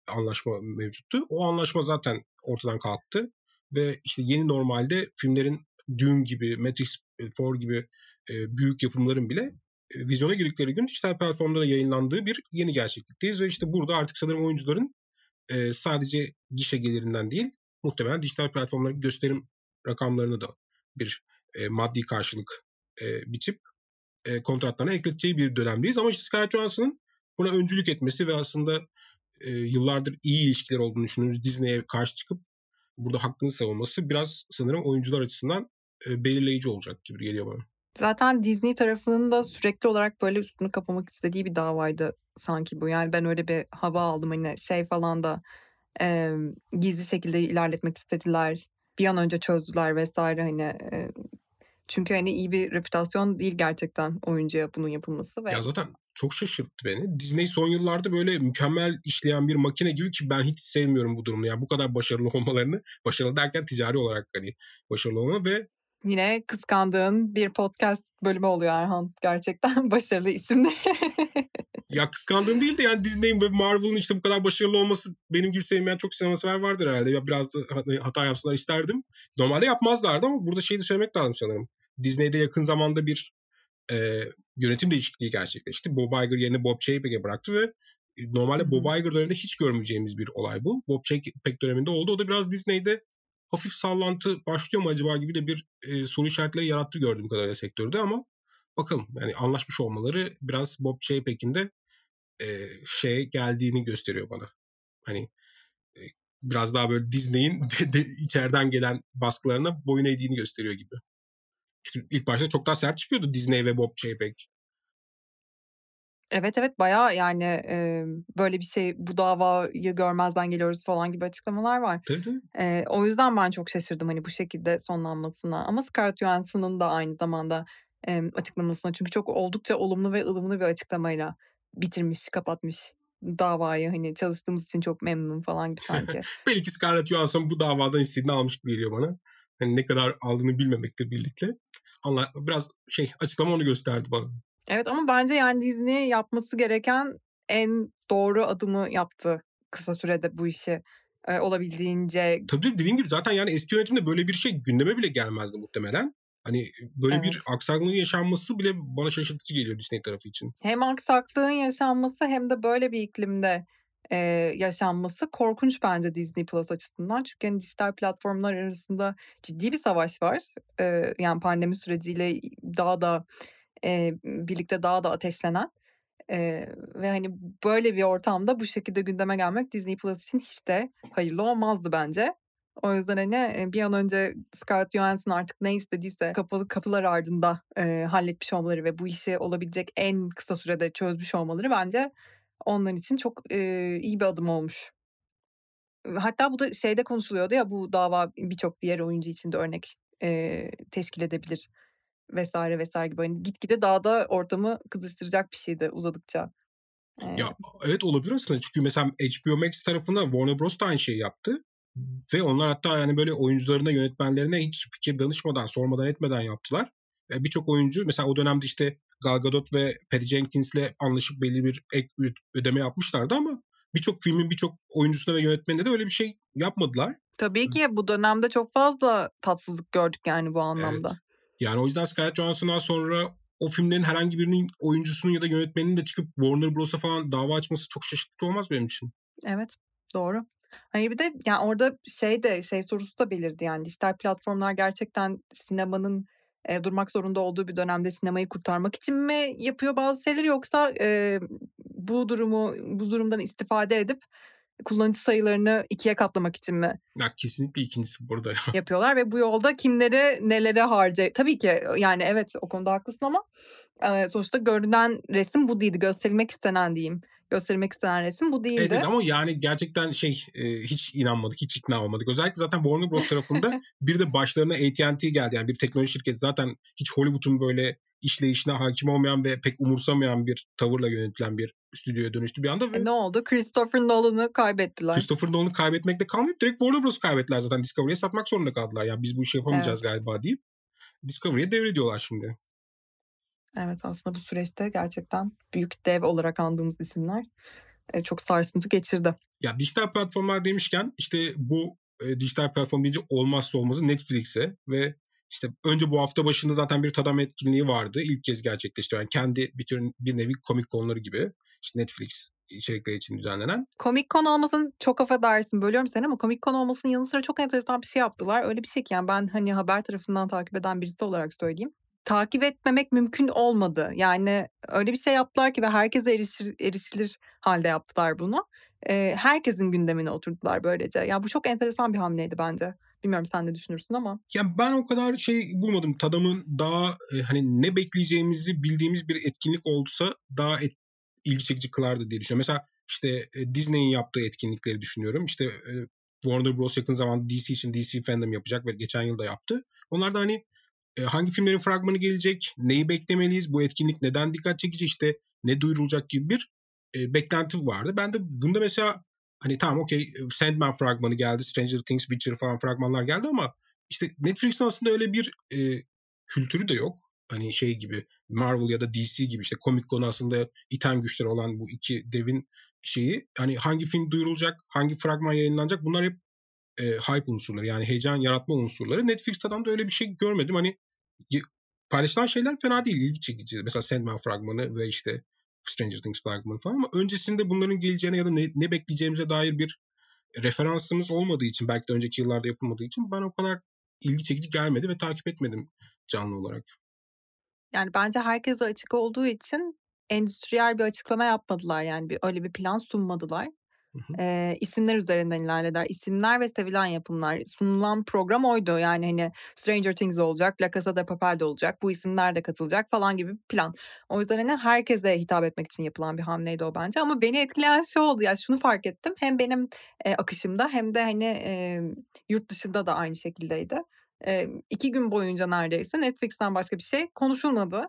S2: anlaşma mevcuttu. O anlaşma zaten ortadan kalktı ve işte yeni normalde filmlerin Dune gibi, Matrix dört gibi e, büyük yapımların bile e, vizyona girdikleri gün dijital platformda da yayınlandığı bir yeni gerçeklikteyiz ve işte burada artık sanırım oyuncuların e, sadece gişe gelirinden değil, muhtemelen dijital platformların gösterim rakamlarını da bir e, maddi karşılık e, biçip e, kontratlarına ekleteceği bir dönemdeyiz. Ama işte Scarlett Johansson'ın buna öncülük etmesi ve aslında e, yıllardır iyi ilişkiler olduğunu düşündüğümüz Disney'e karşı çıkıp burada hakkını savunması biraz sanırım oyuncular açısından e, belirleyici olacak gibi geliyor bana.
S1: Zaten Disney tarafının da sürekli olarak böyle üstünü kapamak istediği bir davaydı sanki bu. Yani ben öyle bir hava aldım, hani şey falan da e, gizli şekilde ilerletmek istediler. Bir an önce çözdüler vesaire hani. E, çünkü hani iyi bir reputasyon değil gerçekten oyuncuya bunun yapılması ve
S2: Ya zaten çok şaşırttı beni. Disney son yıllarda böyle mükemmel işleyen bir makine gibi ki ben hiç sevmiyorum bu durumunu. Yani bu kadar başarılı olmalarını, başarılı derken ticari olarak hani başarılı olma ve
S1: yine kıskandığın bir podcast bölümü oluyor Erhan. Gerçekten başarılı isimleri.
S2: ya kıskandığım değil de yani Disney'in ve Marvel'ın işte bu kadar başarılı olması benim gibi sevmeyen çok sinemasever vardır herhalde. Ya biraz da hata yapsınlar isterdim. Normalde yapmazlardı ama burada şeyi de söylemek lazım sanırım. Disney'de yakın zamanda bir e, yönetim değişikliği gerçekleşti. Bob Iger yerine Bob Chapek'e bıraktı ve normalde Bob Iger döneminde hiç görmeyeceğimiz bir olay bu. Bob Chapek döneminde oldu. O da biraz Disney'de hafif sallantı başlıyor mu acaba gibi de bir e, soru işaretleri yarattı gördüğüm kadarıyla sektörde ama bakalım yani anlaşmış olmaları biraz Bob Chapek'in de e, şeye geldiğini gösteriyor bana. Hani e, biraz daha böyle Disney'in de, de, içeriden gelen baskılarına boyun eğdiğini gösteriyor gibi. Çünkü ilk başta çok daha sert çıkıyordu Disney ve Bob Chapek.
S1: Evet, evet, bayağı yani, eee, böyle bir şey, bu davayı görmezden geliyoruz falan gibi açıklamalar var.
S2: Tabii tabii.
S1: Eee, o yüzden ben çok şaşırdım hani bu şekilde sonlanmasına. Ama Scarlett Johansson'ın da aynı zamanda emm, açıklamasına. Çünkü çok oldukça olumlu ve ılımlı bir açıklamayla bitirmiş, kapatmış davayı. Hani çalıştığımız için çok memnunum falan gibi sanki.
S2: Belki Scarlett Johansson bu davadan istediğini almış gibi geliyor bana. Hani ne kadar aldığını bilmemekle birlikte. Anla, biraz şey açıklama onu gösterdi bana.
S1: Evet ama bence yani Disney yapması gereken en doğru adımı yaptı kısa sürede bu işi. Eee, olabildiğince
S2: Tabii dediğim gibi zaten yani eski yönetimde böyle bir şey gündeme bile gelmezdi muhtemelen. Hani böyle bir
S1: Evet.
S2: aksaklığın yaşanması bile bana şaşırtıcı geliyor Disney tarafı için.
S1: Hem aksaklığın yaşanması hem de böyle bir iklimde, eee, yaşanması korkunç bence Disney Plus açısından. Çünkü, hani, dijital platformlar arasında ciddi bir savaş var. Eee, yani pandemi süreciyle daha da, eee, birlikte daha da ateşlenen, eee, ve, hani, böyle bir ortamda bu şekilde gündeme gelmek Disney Plus için hiç de hayırlı olmazdı bence. O yüzden, hani, eee, bir an önce Scarlett Johansson artık ne istediyse kapalı kapılar ardında, eee, halletmiş olmaları ve bu işi olabilecek en kısa sürede çözmüş olmaları bence onlar için çok, eee, iyi bir adım olmuş. Hatta bu da şeyde konuşuluyordu ya, bu dava birçok diğer oyuncu için de örnek, eee, teşkil edebilir vesaire vesaire gibi. Hani gitgide daha da ortamı kızıştıracak bir şeydi uzadıkça. Eee
S2: Ya evet olabilir aslında çünkü mesela H B O Max tarafında Warner Bros da aynı şeyi yaptı. Ve onlar hatta yani böyle oyuncularına, yönetmenlerine hiç fikir danışmadan, sormadan etmeden yaptılar. E, birçok oyuncu mesela o dönemde işte Gal Gadot ve Patty Jenkins'le anlaşıp belli bir ek ödeme yapmışlardı ama birçok filmin birçok oyuncusuna ve yönetmenine de öyle bir şey yapmadılar.
S1: Tabii ki bu dönemde çok fazla tatsızlık gördük yani bu
S2: Evet.
S1: anlamda.
S2: Yani o yüzden Scarlett Johansson'dan sonra o filmlerin herhangi birinin oyuncusunun ya da yönetmeninin de çıkıp Warner Bros'a falan dava açması çok şaşırtıcı olmaz benim için.
S1: Evet, doğru. Hani bir de yani orada şey de şey sorusu da belirdi yani dijital platformlar gerçekten sinemanın, eee, durmak zorunda olduğu bir dönemde sinemayı kurtarmak için mi yapıyor bazı şeyleri yoksa, eee, bu durumu bu durumdan istifade edip kullanıcı sayılarını ikiye katlamak için mi
S2: Ya kesinlikle ikincisi burada ya.
S1: yapıyorlar ve bu yolda kimleri nelere harca Tabii ki yani evet o konuda haklısın ama, eee, sonuçta görünen resim bu değildi. Gösterilmek istenen diyeyim. Gösterilmek istenen resim bu
S2: Evet,
S1: değildi.
S2: evet ama yani gerçekten şey, eee, hiç inanmadık, hiç ikna olmadık. Özellikle zaten Warner Bros tarafında bir de başlarına A T and T geldi. Yani bir teknoloji şirketi zaten hiç Hollywood'un böyle işleyişine hakim olmayan ve pek umursamayan bir tavırla yönetilen bir stüdyoya dönüştü bir anda
S1: E,
S2: ve
S1: ne oldu? Christopher Nolan'ı kaybettiler.
S2: Christopher Nolan'ı kaybetmekle kalmayıp direkt Warner Bros kaybettiler zaten. Discovery'ye satmak zorunda kaldılar. Yani biz bu işi yapamayacağız
S1: Evet.
S2: galiba deyip Discovery'ye devrediyorlar şimdi.
S1: Evet, aslında bu süreçte gerçekten büyük dev olarak andığımız isimler. eee, çok sarsıntı geçirdi.
S2: Ya dijital platformlar demişken işte bu e, dijital platform deyince olmazsa olmazı Netflix'e ve işte önce bu hafta başında zaten bir tadam etkinliği vardı. İlk kez gerçekleştirilen kendi bir tür bir nevi komik konuları gibi işte Netflix içerikleri için düzenlenen.
S1: Comic Con olmasın, çok affedersin bölüyorum seni ama Comic Con olmasının yanı sıra çok enteresan bir şey yaptılar. Öyle bir şey ki yani ben hani haber tarafından takip eden birisi olarak söyleyeyim. Takip etmemek mümkün olmadı. Yani öyle bir şey yaptılar ki ve herkese erişir, erişilir halde yaptılar bunu. Ee, herkesin gündemine oturdular böylece. Ya bu çok enteresan bir hamleydi bence. Bilmiyorum sen ne düşünürsün ama.
S2: Ya ben o kadar şey bulmadım. Tadamın daha e, hani ne bekleyeceğimizi bildiğimiz bir etkinlik olsa daha et, ilgi çekici kılardı diye düşünüyorum. Mesela işte e, Disney'in yaptığı etkinlikleri düşünüyorum. İşte e, Warner Bros. Yakın zamanda D C için D C Fandom yapacak ve geçen yıl da yaptı. Onlar da hani e, hangi filmlerin fragmanı gelecek, neyi beklemeliyiz, bu etkinlik neden dikkat çekici, işte ne duyurulacak gibi bir e, beklenti vardı. Ben de bunda mesela hani tamam okey Sandman fragmanı geldi, Stranger Things, Witcher falan fragmanlar geldi ama işte Netflix'in aslında öyle bir e, kültürü de yok. Hani şey gibi Marvel ya da D C gibi işte Comic Con aslında iten güçleri olan bu iki devin şeyi hani hangi film duyurulacak, hangi fragman yayınlanacak bunlar hep e, hype unsurları yani heyecan yaratma unsurları. Netflix'ten de öyle bir şey görmedim. Hani paylaşılan şeyler fena değil, ilgi çekici. Mesela Sandman fragmanı ve işte Stranger Things fragmanı falan ama öncesinde bunların geleceğine ya da ne, ne bekleyeceğimize dair bir referansımız olmadığı için belki de önceki yıllarda yapılmadığı için bana o kadar ilgi çekici gelmedi ve takip etmedim canlı olarak.
S1: Yani bence herkese açık olduğu için endüstriyel bir açıklama yapmadılar yani bir öyle bir plan sunmadılar.
S2: Hı hı.
S1: Eee, isimler üzerinden ilerlediler. İsimler ve sevilen yapımlar. Sunulan program oydu. Yani, hani, Stranger Things olacak, La Casa de Papel de olacak, bu isimler de katılacak falan gibi bir plan. O yüzden, hani, herkese hitap etmek için yapılan bir hamleydi o bence ama beni etkileyen şey oldu, ya, şunu fark ettim. Hem benim, eee, akışımda hem de, hani, emm, yurt dışında da aynı şekildeydi. Emm, iki gün boyunca neredeyse Netflix'ten başka bir şey konuşulmadı.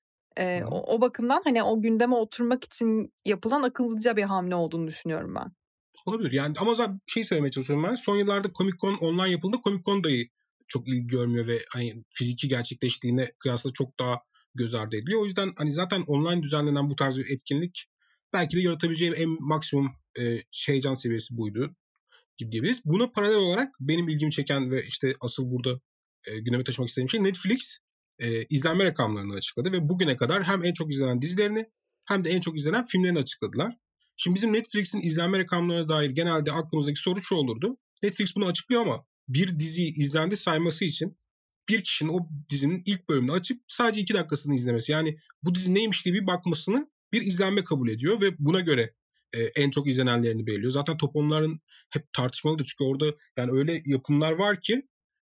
S2: Hı
S1: Eee,
S2: hı.
S1: o o bakımdan, hani, o gündeme oturmak için yapılan akıllıca bir hamle olduğunu düşünüyorum ben.
S2: Olabilir. Yani ama zaten şey söylemeye çalışıyorum ben. Son yıllarda Comic Con online yapıldı. Comic Con dahi çok ilgi görmüyor ve hani fiziki gerçekleştiğine kıyasla çok daha göz ardı ediliyor. O yüzden hani zaten online düzenlenen bu tarz bir etkinlik belki de yaratabileceği en maksimum e, heyecan seviyesi buydu gibi diyebiliriz. Buna paralel olarak benim ilgimi çeken ve işte asıl burada e, gündeme taşımak istediğim şey Netflix e, izlenme rakamlarını açıkladı ve bugüne kadar hem en çok izlenen dizilerini hem de en çok izlenen filmlerini açıkladılar. Şimdi bizim Netflix'in izlenme rakamlarına dair genelde aklımızdaki soru şu olurdu. Netflix bunu açıklıyor ama bir diziyi izlendi sayması için bir kişinin o dizinin ilk bölümünü açıp sadece iki dakikasını izlemesi. Yani bu dizi neymiş diye bir bakmasını bir izlenme kabul ediyor ve buna göre e, en çok izlenenlerini belirliyor. Zaten top onların hep tartışmalıdır çünkü orada yani öyle yapımlar var ki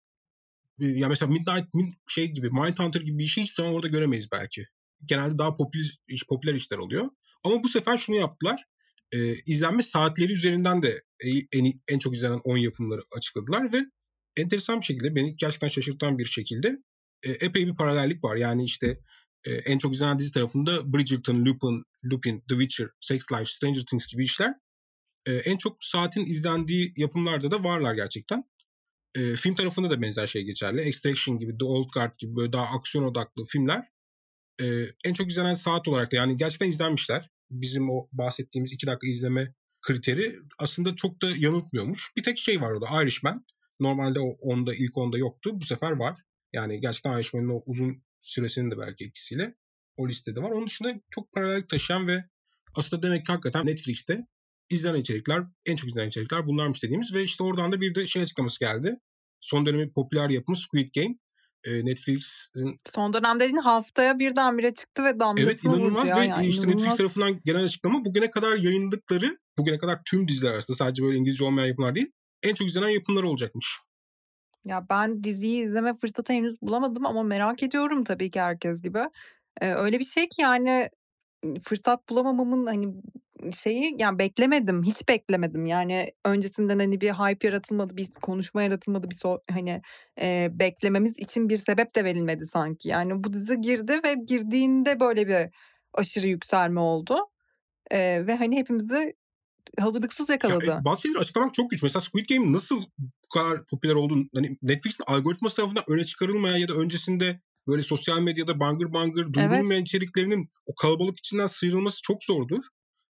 S2: e, ya mesela Midnight şey gibi Mindhunter gibi bir şey hiçbir zaman orada göremeyiz belki. Genelde daha popüler, popüler işler oluyor. Ama bu sefer şunu yaptılar. E, izlenme saatleri üzerinden de en, en çok izlenen on yapımları açıkladılar ve enteresan bir şekilde beni gerçekten şaşırtan bir şekilde e, epey bir paralellik var. Yani işte e, en çok izlenen dizi tarafında Bridgerton, Lupin, Lupin, The Witcher, Sex Life, Stranger Things gibi işler e, en çok saatin izlendiği yapımlarda da varlar gerçekten. E, film tarafında da benzer şey geçerli. Extraction gibi, The Old Guard gibi böyle daha aksiyon odaklı filmler e, en çok izlenen saat olarak da yani gerçekten izlenmişler. Bizim o bahsettiğimiz iki dakika izleme kriteri aslında çok da yanıltmıyormuş. Bir tek şey var orada Irishman. Normalde o onda ilk onda yoktu. Bu sefer var. Yani gerçekten Irishman'ın o uzun süresinin de belki etkisiyle o listede var. Onun dışında çok paralellik taşıyan ve aslında demek ki hakikaten Netflix'te izlenen içerikler, en çok izlenen içerikler bunlarmış dediğimiz ve işte oradan da bir de şey açıklaması geldi. Son dönemin popüler yapımı Squid Game. E, Netflix'in
S1: Son dönem dediğin haftaya birdenbire çıktı ve
S2: evet
S1: damgasını vurdu
S2: inanılmaz
S1: ya.
S2: ve
S1: Yani
S2: işte Netflix
S1: inanılmaz.
S2: tarafından gelen açıklama bugüne kadar yayınladıkları, bugüne kadar tüm diziler arasında sadece böyle İngilizce olmayan yapımlar değil, en çok izlenen yapımlar olacakmış.
S1: Ya, ben diziyi izleme fırsatı henüz bulamadım ama merak ediyorum tabii ki herkes gibi. Eee, öyle bir şey ki yani, fırsat bulamamamın, hani, şeyi, yani, beklemedim, hiç beklemedim. Yani, öncesinden, hani, bir hype yaratılmadı, bir konuşma yaratılmadı, bir so hani, eee, beklememiz için bir sebep de verilmedi sanki. Yani, bu dizi girdi ve girdiğinde böyle bir aşırı yükselme oldu, eee, ve, hani, hepimizi hazırlıksız
S2: Ya e,
S1: yakaladı.
S2: bazı şeyleri açıklamak çok güç. Mesela Squid Game nasıl bu kadar popüler olduğunu, hani Netflix'in algoritması tarafından öne çıkarılmayan ya da öncesinde böyle sosyal medyada bangır bangır
S1: Evet.
S2: duyurulmayan içeriklerinin o kalabalık içinden sıyrılması çok zordur.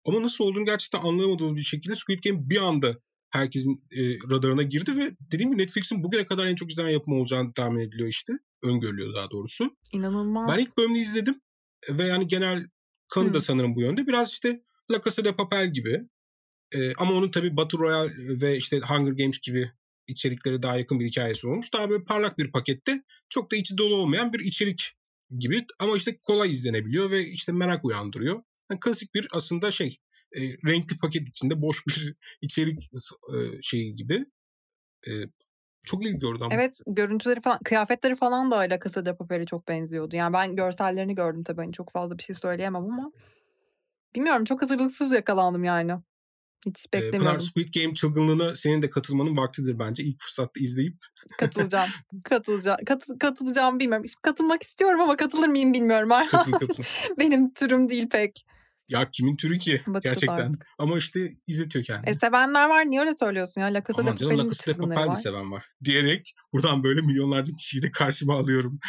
S2: Ama nasıl olduğunu gerçekten anlayamadığımız bir şekilde Squid Game bir anda herkesin e, radarına girdi ve dediğim gibi Netflix'in bugüne kadar en çok izlenen yapım olacağını tahmin ediliyor işte. Öngörülüyor daha doğrusu. Ben
S1: İnanılmaz.
S2: ilk bölümünü izledim ve yani genel kanı da
S1: Hı.
S2: sanırım bu yönde. Biraz işte La Casa de Papel gibi. Ee, ama onun tabii Battle Royale ve işte Hunger Games gibi içeriklere daha yakın bir hikayesi olmuş. Daha böyle parlak bir pakette, çok da içi dolu olmayan bir içerik gibi ama işte kolay izlenebiliyor ve işte merak uyandırıyor. Yani klasik bir aslında şey e, renkli paket içinde boş bir içerik e, şeyi gibi. E, çok ilgi gördü ama.
S1: Evet, görüntüleri falan, kıyafetleri falan da La Casa de Papel'e çok benziyordu. Yani ben görsellerini gördüm tabii. Hani çok fazla bir şey söyleyemem ama bilmiyorum, çok hazırlıksız yakalandım yani. Hiç
S2: E, Pınar,
S1: beklemiyordum.
S2: Squid Game çılgınlığına senin de katılmanın vaktidir bence. İlk fırsatta izleyip.
S1: Katılacağım. Katılacağım. Katı, katılacağım bilmiyorum. Şimdi katılmak istiyorum ama katılır mıyım bilmiyorum.
S2: Katıl katıl.
S1: Benim türüm değil pek.
S2: Ya kimin türü ki
S1: Bakacağız
S2: gerçekten.
S1: artık.
S2: Ama işte izletiyor
S1: E
S2: kendini.
S1: sevenler var. Niye öyle söylüyorsun ya? La Casa de
S2: Aman canım, La
S1: Papel'in de
S2: Casa de
S1: çılgınları
S2: Papel de
S1: var.
S2: seven var. Diyerek buradan böyle milyonlarca kişiyi de karşıma alıyorum.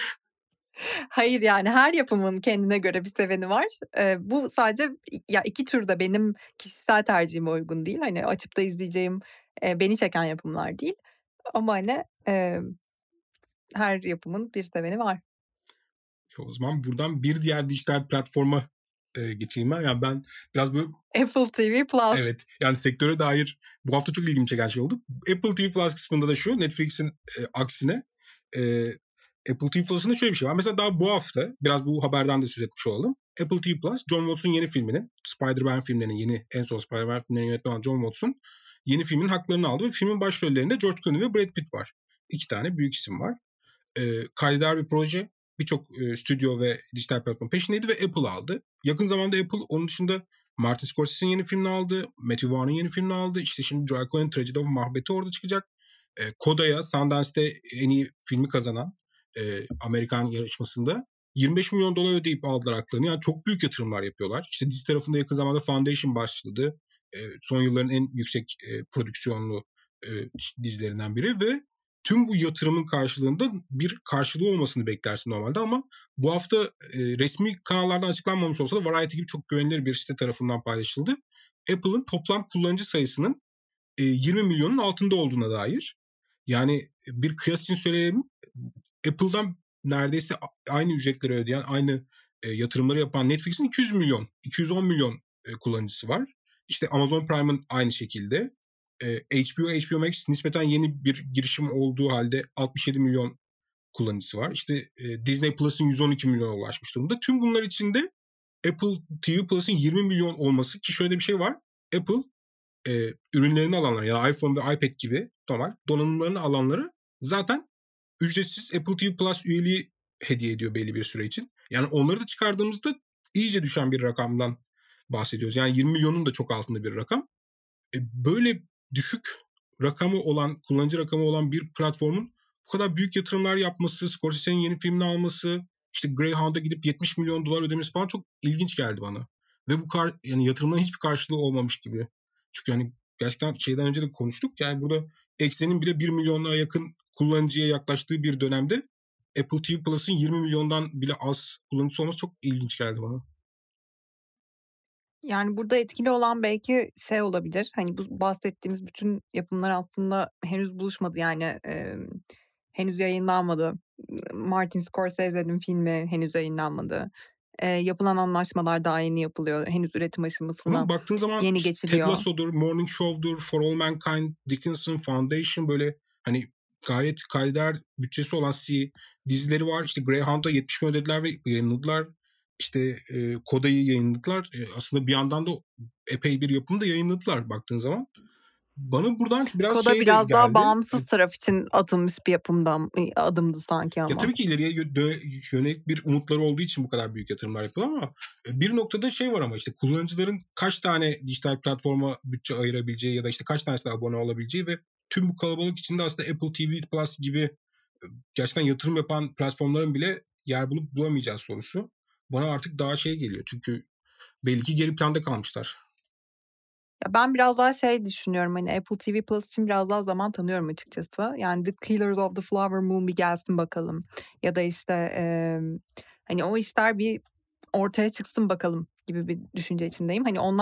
S1: Hayır, yani her yapımın kendine göre bir seveni var. Eee, bu sadece ya iki tür de benim kişisel tercihime uygun değil. Hani açıp da izleyeceğim, eee, beni çeken yapımlar değil. Ama hani eee, her yapımın bir seveni var.
S2: O zaman buradan bir diğer dijital platforma e, geçeyim ben. Yani ben biraz böyle
S1: Apple T V Plus.
S2: evet, yani sektöre dair bu hafta çok ilgimi çeken şey oldu. Apple T V Plus kısmında da şu, Netflix'in e, aksine e, Apple T V Plus'ın da şöyle bir şey var. Mesela daha bu hafta biraz bu haberden de söz etmiş olalım. Apple T V Plus, John Watts'un yeni filminin, Spider-Man filmlerinin yeni, en son Spider-Man filmlerinin yönetmeni olan John Watts'un yeni filmin haklarını aldı ve filmin başrollerinde George Clooney ve Brad Pitt var. İki tane büyük isim var. E, kaydeder bir proje. Birçok e, stüdyo ve dijital platform peşindeydi ve Apple aldı. Yakın zamanda Apple onun dışında Martin Scorsese'nin yeni filmini aldı. Matthew Vaughn'ın yeni filmini aldı. İşte şimdi Joel Coen'in Tragedy of Macbeth'i orada çıkacak. E, Koda'ya Sundance'te en iyi filmi kazanan e, Amerikan yarışmasında yirmi beş milyon dolar ödeyip aldılar haklarını. Yani çok büyük yatırımlar yapıyorlar. İşte dizi tarafında yakın zamanda Foundation başladı. E, son yılların en yüksek e, prodüksiyonlu e, dizilerinden biri ve tüm bu yatırımın karşılığında bir karşılığı olmasını beklersin normalde ama bu hafta e, resmi kanallardan açıklanmamış olsa da Variety gibi çok güvenilir bir site tarafından paylaşıldı. Apple'ın toplam kullanıcı sayısının e, yirmi milyonun altında olduğuna dair. Yani bir kıyas için söyleyelim. Apple'dan neredeyse aynı ücretleri ödeyen, aynı e, yatırımları yapan Netflix'in iki yüz milyon, iki yüz on milyon e, kullanıcısı var. İşte Amazon Prime'ın aynı şekilde. E, H B O, H B O Max nispeten yeni bir girişim olduğu halde altmış yedi milyon kullanıcısı var. İşte e, Disney Plus'ın yüz on iki milyona ulaşmış durumda. Tüm bunlar içinde Apple T V Plus'ın yirmi milyon olması, ki şöyle bir şey var. Apple e, ürünlerini alanlar, yani iPhone ve iPad gibi normal donanımlarını alanları zaten ücretsiz Apple T V Plus üyeliği hediye ediyor belli bir süre için. Yani onları da çıkardığımızda iyice düşen bir rakamdan bahsediyoruz. Yani yirmi milyonun da çok altında bir rakam. E, böyle düşük rakamı olan, kullanıcı rakamı olan bir platformun bu kadar büyük yatırımlar yapması, Scorsese'nin yeni filmini alması, işte Greyhound'a gidip yetmiş milyon dolar ödemesi falan çok ilginç geldi bana. Ve bu kar, yani yatırımların hiçbir karşılığı olmamış gibi. Çünkü hani gerçekten şeyden önce de konuştuk. Yani burada Eksen'in bile bir milyona yakın kullanıcıya yaklaştığı bir dönemde Apple T V Plus'ın yirmi milyondan bile az kullanıcısı olması çok ilginç geldi bana.
S1: Yani burada etkili olan belki şey olabilir. Hani bu bahsettiğimiz bütün yapımlar aslında henüz buluşmadı. Yani e, henüz yayınlanmadı. Martin Scorsese'nin filmi henüz yayınlanmadı. E, yapılan anlaşmalar daha yeni yapılıyor. Henüz üretim aşamasına
S2: Ama baktığın zaman
S1: yeni
S2: işte Ted
S1: geçiliyor.
S2: Lasso'dur, Morning Show'dur, For All Mankind, Dickinson, Foundation, böyle hani gayet kayder bütçesi olan C dizileri var. İşte Greyhound'a yetmiş milyon dediler ve yayınladılar. İşte e, Koda'yı yayınladılar. E, aslında bir yandan da epey bir yapımı da yayınladılar baktığın zaman. Bana buradan biraz
S1: Koda
S2: şey de
S1: biraz daha
S2: geldi.
S1: bağımsız taraf için atılmış bir yapımdan adımdı sanki
S2: Ya
S1: ama.
S2: tabii ki ileriye yönelik bir umutları olduğu için bu kadar büyük yatırımlar yapıyor ama bir noktada şey var, ama işte kullanıcıların kaç tane dijital platforma bütçe ayırabileceği ya da işte kaç tanesine abone olabileceği ve tüm bu kalabalık içinde aslında Apple T V Plus gibi gerçekten yatırım yapan platformların bile yer bulup bulamayacağı sorusu bana artık daha şey geliyor. Çünkü belli ki geri planda kalmışlar.
S1: Ya ben biraz daha şey düşünüyorum, hani Apple T V Plus için biraz daha zaman tanıyorum açıkçası. Yani The Killers of the Flower Moon bir gelsin bakalım. Ya da işte e, hani o işler bir ortaya çıksın bakalım gibi bir düşünce içindeyim. Hani onlar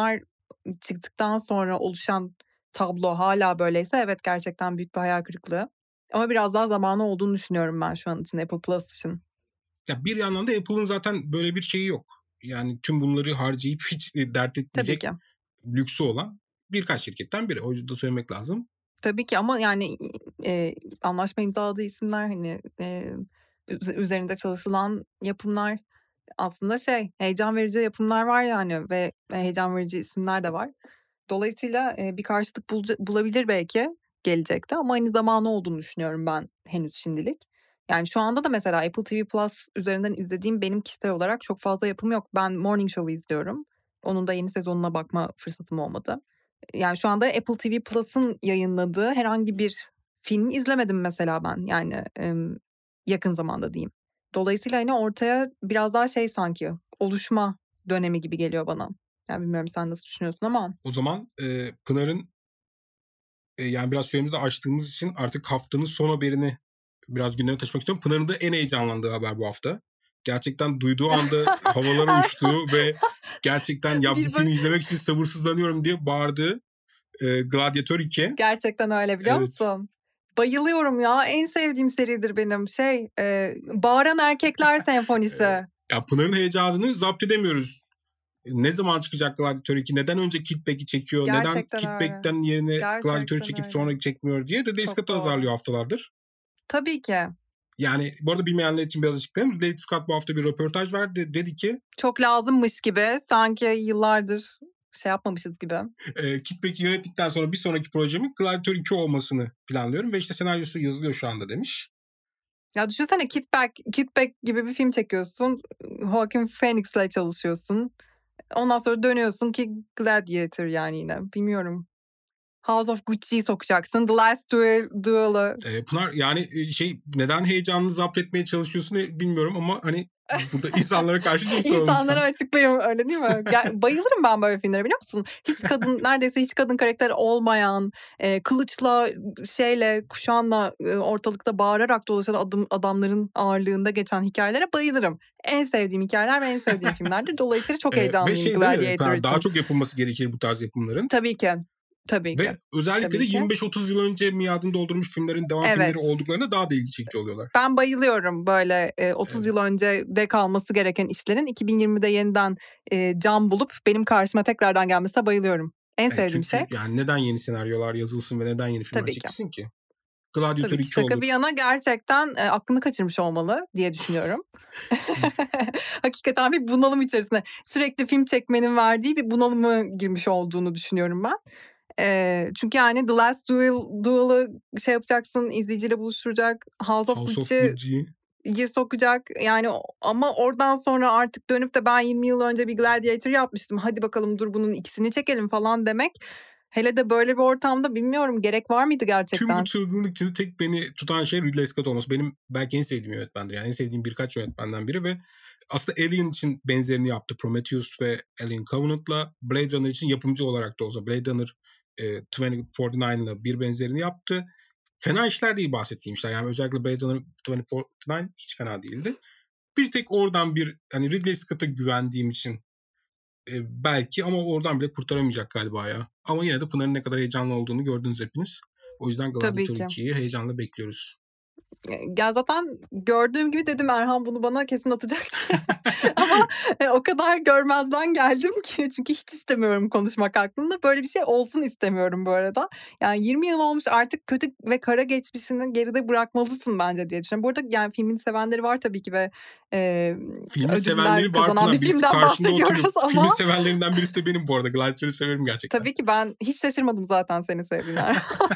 S1: çıktıktan sonra oluşan tablo hâlâ böyleyse evet, gerçekten büyük bir hayal kırıklığı. Ama biraz daha zamanı olduğunu düşünüyorum ben şu an için Apple Plus için.
S2: Ya, bir yandan da Apple'ın zaten böyle bir şeyi yok. Yani tüm bunları harcayıp hiç, eee, dert
S1: Tabii
S2: etmeyecek
S1: ki.
S2: lüksü olan birkaç şirketten biri. O yüzden de söylemek lazım.
S1: Tabii ki ama yani, i eee, anlaşma imzaladığı isimler, hani, eee, üze üzerinde çalışılan yapımlar aslında şey, heyecan verici yapımlar var yani ve heyecan verici isimler de var. Dolayısıyla, eee, bir karşılık bulca bulabilir belki gelecekte ama hani zamanı olduğunu düşünüyorum ben henüz şimdilik. Yani şu anda da mesela Apple T V Plus üzerinden izlediğim benim kişisel olarak çok fazla yapım yok. Ben Morning Show'u izliyorum. Onun da yeni sezonuna bakma fırsatım olmadı. Yani şu anda Apple T V Plus'ın yayınladığı herhangi bir film izlemedim mesela ben. Yani, emm, yakın zamanda diyeyim. Dolayısıyla hani ortaya biraz daha şey sanki, oluşma dönemi gibi geliyor bana. Yani bilmiyorum sen nasıl düşünüyorsun ama.
S2: O zaman, eee, Pınar'ın eee, yani biraz süremizi de aştığımız için artık haftanın son haberini biraz gündeme taşımak istiyorum. Pınar'ın da en heyecanlandığı haber bu hafta. Gerçekten duyduğu anda havalara uçtuğu ve gerçekten "Ya, bir
S1: Bir bö
S2: filmi izlemek için sabırsızlanıyorum." diye bağırdığı, eee, Gladiator iki.
S1: Gerçekten öyle biliyor
S2: Evet.
S1: musun? Bayılıyorum ya. En sevdiğim seridir benim. Şey, eee, Bağıran Erkekler
S2: Eee,
S1: Senfonisi.
S2: ya, Pınar'ın heyecanını zapt edemiyoruz. Ne zaman çıkacak Gladiator iki? Neden önce Kit Back'i çekiyor? Neden
S1: Gerçekten
S2: Kit
S1: öyle.
S2: Back'ten yerine Gladiator'ı
S1: Gerçekten
S2: çekip
S1: öyle.
S2: sonra çekmiyor diye Ridley
S1: Çok
S2: Scott'ı
S1: doğru.
S2: azarlıyor haftalardır.
S1: Tabii ki.
S2: Yani bu arada bilmeyenler için biraz açıklayayım. Ridley Scott bu hafta bir röportaj verdi. Dedi ki
S1: Çok lazımmış gibi. Sanki yıllardır şey yapmamışız gibi.
S2: eee, Kit Back'i yönettikten sonra bir sonraki projemin Gladiator iki olmasını planlıyorum ve işte senaryosu yazılıyor şu anda demiş.
S1: Ya düşünsene Kit Back Kit Back gibi bir film çekiyorsun. Joaquin Phoenix'le çalışıyorsun. Ondan sonra dönüyorsun ki Gladiator yani yine. Bilmiyorum. House of Gucci'yi sokacaksın. The Last Duel Duel'ı.
S2: Eee, Pınar yani, eee, şey neden heyecanını zapt etmeye çalışıyorsun, eee, bilmiyorum ama hani burada insanlara karşı dürüst olalım
S1: İnsanlara
S2: lütfen.
S1: açıklayayım öyle değil mi? Ger bayılırım ben böyle filmlere biliyor musun? Hiç kadın neredeyse hiç kadın karakter olmayan, eee, kılıçla, şeyle, kuşağınla, eee, ortalıkta bağırarak dolaşan adım adamların ağırlığında geçen hikâyelere bayılırım. En sevdiğim hikâyeler ve en sevdiğim filmlerdir. Dolayısıyla çok
S2: Eee, ve
S1: heyecanlıyım
S2: şey değil mi?
S1: Gladiator
S2: Pınar daha
S1: için.
S2: çok yapılması gerekir bu tarz yapımların.
S1: Tabii ki. Tabii ki.
S2: Ve özellikle de
S1: Tabii ki.
S2: yirmi beş otuz yıl önce miadını doldurmuş filmlerin devam filmleri
S1: Evet.
S2: olduklarında daha da ilgi çekici oluyorlar.
S1: Ben bayılıyorum böyle, eee, otuz yıl
S2: Evet.
S1: öncede kalması gereken işlerin iki bin yirmide yeniden, eee, can bulup benim karşıma tekrardan gelmesine bayılıyorum. En
S2: Evet,
S1: sevdiğim şey.
S2: çünkü yani neden yeni senaryolar yazılsın ve neden yeni filmler
S1: Tabii ki.
S2: çekilsin ki? Gladiator
S1: Tabii ki.
S2: iki
S1: Şaka bir
S2: olur.
S1: yana gerçekten, eee, aklını kaçırmış olmalı diye düşünüyorum. Hakikaten bir bunalım içerisinde. Sürekli film çekmenin verdiği bir bunalıma girmiş olduğunu düşünüyorum ben. Eee, çünkü yani The Last Duel Duel'ı şey yapacaksın, izleyiciyle buluşturacak. House of
S2: House of
S1: Gucci'yi
S2: Gucci.
S1: sokacak. Yani o ama oradan sonra artık dönüp de ben yirmi yıl önce bir Gladiator yapmıştım. Hadi bakalım dur bunun ikisini çekelim falan demek. Hele de böyle bir ortamda bilmiyorum gerek var mıydı
S2: Tüm bu
S1: gerçekten?
S2: çılgınlık içinde tek beni tutan şey Ridley Scott olması. Benim belki en sevdiğim yönetmendir. Yani en sevdiğim birkaç yönetmenden biri ve aslında Alien için benzerini yaptı. Prometheus ve Alien Covenant'la. Blade Runner için yapımcı olarak da olsa Blade Runner e, yirmi kırk dokuz'la bir benzerini yaptı. Fena işler değil bahsettiğim işler. Yani özellikle Blade Runner yirmi kırk dokuz hiç fena değildi. Bir tek oradan bir hani Ridley Scott'a güvendiğim için e, belki ama oradan bile kurtaramayacak galiba ya. Ama yine de Pınar'ın ne kadar heyecanlı olduğunu gördünüz hepiniz. O yüzden
S1: Tabii
S2: Gladiator
S1: ki.
S2: ikiyi heyecanla bekliyoruz.
S1: Eee, ya, zaten gördüğüm gibi dedim Erhan bunu bana kesin atacak diye. Ama, eee, o kadar görmezden geldim ki çünkü hiç istemiyorum konuşmak hakkında. Böyle bir şey olsun istemiyorum bu arada. Yani yirmi yıl olmuş artık kötü ve kara geçmişini geride bırakmalısın bence diye düşünüyorum. Bu arada yani filmin sevenleri var tabii ki ve, emm,
S2: Filmin
S1: ödüller
S2: sevenleri var
S1: kazanan bir
S2: Pınar. Birisi
S1: filmden
S2: karşında oturuyor.
S1: bahsediyoruz
S2: Filmin
S1: ama
S2: sevenlerinden birisi de benim bu arada. Gladiator'ı severim gerçekten.
S1: tabii ki ben hiç şaşırmadım zaten seni sevdiğine Erhan.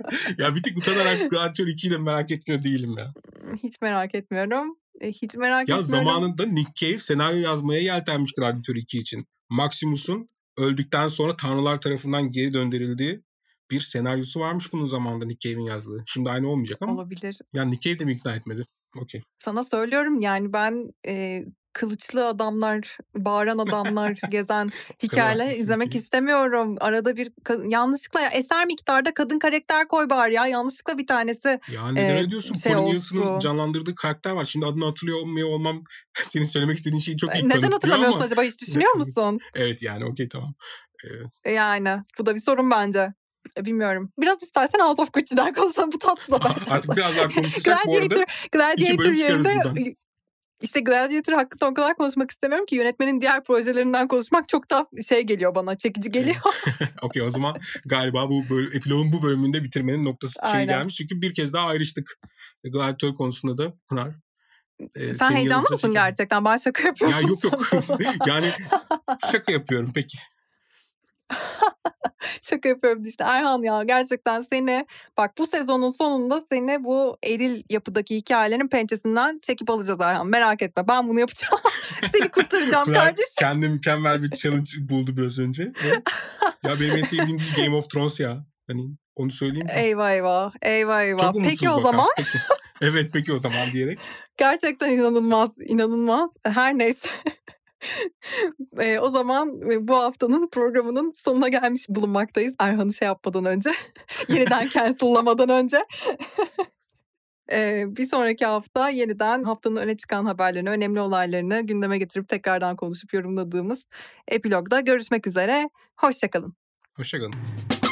S2: Ya bir tık utanarak Gladiator ikiyi de merak etmiyor değilim ya.
S1: Hiç merak etmiyorum. Eee, hiç merak
S2: Ya
S1: etmiyorum.
S2: zamanında Nick Cave senaryo yazmaya yeltenmiş Gladiator iki için. Maximus'un öldükten sonra tanrılar tarafından geri döndürüldüğü bir senaryosu varmış bunun zamanında Nick Cave'in yazdığı. Şimdi aynı olmayacak ama
S1: Olabilir.
S2: yani Nick Cave de mi ikna etmedi? Okey.
S1: Sana söylüyorum yani ben, eee, kılıçlı adamlar, bağıran adamlar gezen
S2: O kadar
S1: hikâyeler
S2: haklısın
S1: izlemek
S2: ki.
S1: istemiyorum. Arada bir ka yanlışlıkla ya eser miktarda kadın karakter koy bari ya. Yanlışlıkla bir tanesi,
S2: Ya neden
S1: eee,
S2: öyle diyorsun?
S1: şey
S2: Colin Nilsen'ın
S1: olsun.
S2: canlandırdığı karakter var. Şimdi adını hatırlıyor olmuyor olmam senin söylemek istediğin şeyi çok iyi
S1: Eee, neden
S2: kanıtlıyor
S1: hatırlamıyorsun
S2: ama
S1: acaba hiç düşünüyor
S2: evet.
S1: musun?
S2: Evet yani okey tamam. Eee
S1: Yani bu da bir sorun bence. E, bilmiyorum. Biraz istersen House of Gucci'den konuşalım. Bu tatsız
S2: Artık
S1: haberlerden.
S2: biraz daha konuşursak bu arada
S1: Gladiator
S2: iki
S1: Gladiator
S2: bölüm çıkarız
S1: yerine
S2: buradan.
S1: işte Gladiator hakkında o kadar konuşmak istemiyorum ki yönetmenin diğer projelerinden konuşmak çok daha şey geliyor bana, çekici geliyor.
S2: Eee, okay, o zaman galiba bu böl epilogun bu bölümünde bitirmenin noktası şeyi
S1: Aynen.
S2: gelmiş. Çünkü bir kez daha ayrıştık. Gladiator konusunda da Pınar. Eee,
S1: Sen
S2: senin yanı
S1: heyecanlı
S2: sıra
S1: mısın
S2: çekemedim.
S1: gerçekten? Ben şaka
S2: Ya
S1: yapıyorum
S2: yok yok.
S1: sanıyordum.
S2: Yani şaka yapıyorum peki.
S1: Şaka yapıyorum işte Erhan ya gerçekten seni bak bu sezonun sonunda seni bu eril yapıdaki hikâyelerin pençesinden çekip alacağız Erhan. Merak etme ben bunu yapacağım. Seni kurtaracağım
S2: Pınar
S1: kardeşim.
S2: kendine mükemmel bir challenge buldu biraz önce ve ya benim en sevdiğim dizi Game of Thrones ya. Hani onu söyleyeyim de.
S1: Eyvah eyvah. Eyvah eyvah.
S2: Çok
S1: Peki
S2: umutsuz
S1: o
S2: bakar.
S1: zaman.
S2: Peki. Evet peki o zaman diyerek.
S1: Gerçekten inanılmaz, inanılmaz. Her neyse. Eee, o zaman bu haftanın programının sonuna gelmiş bulunmaktayız. Erhan'ı şey yapmadan önce, yeniden cancel'lamadan önce. Eee, bir sonraki hafta yeniden haftanın öne çıkan haberlerini, önemli olaylarını gündeme getirip tekrardan konuşup yorumladığımız epilogda görüşmek üzere. Hoşça kalın.
S2: Hoşça kalın.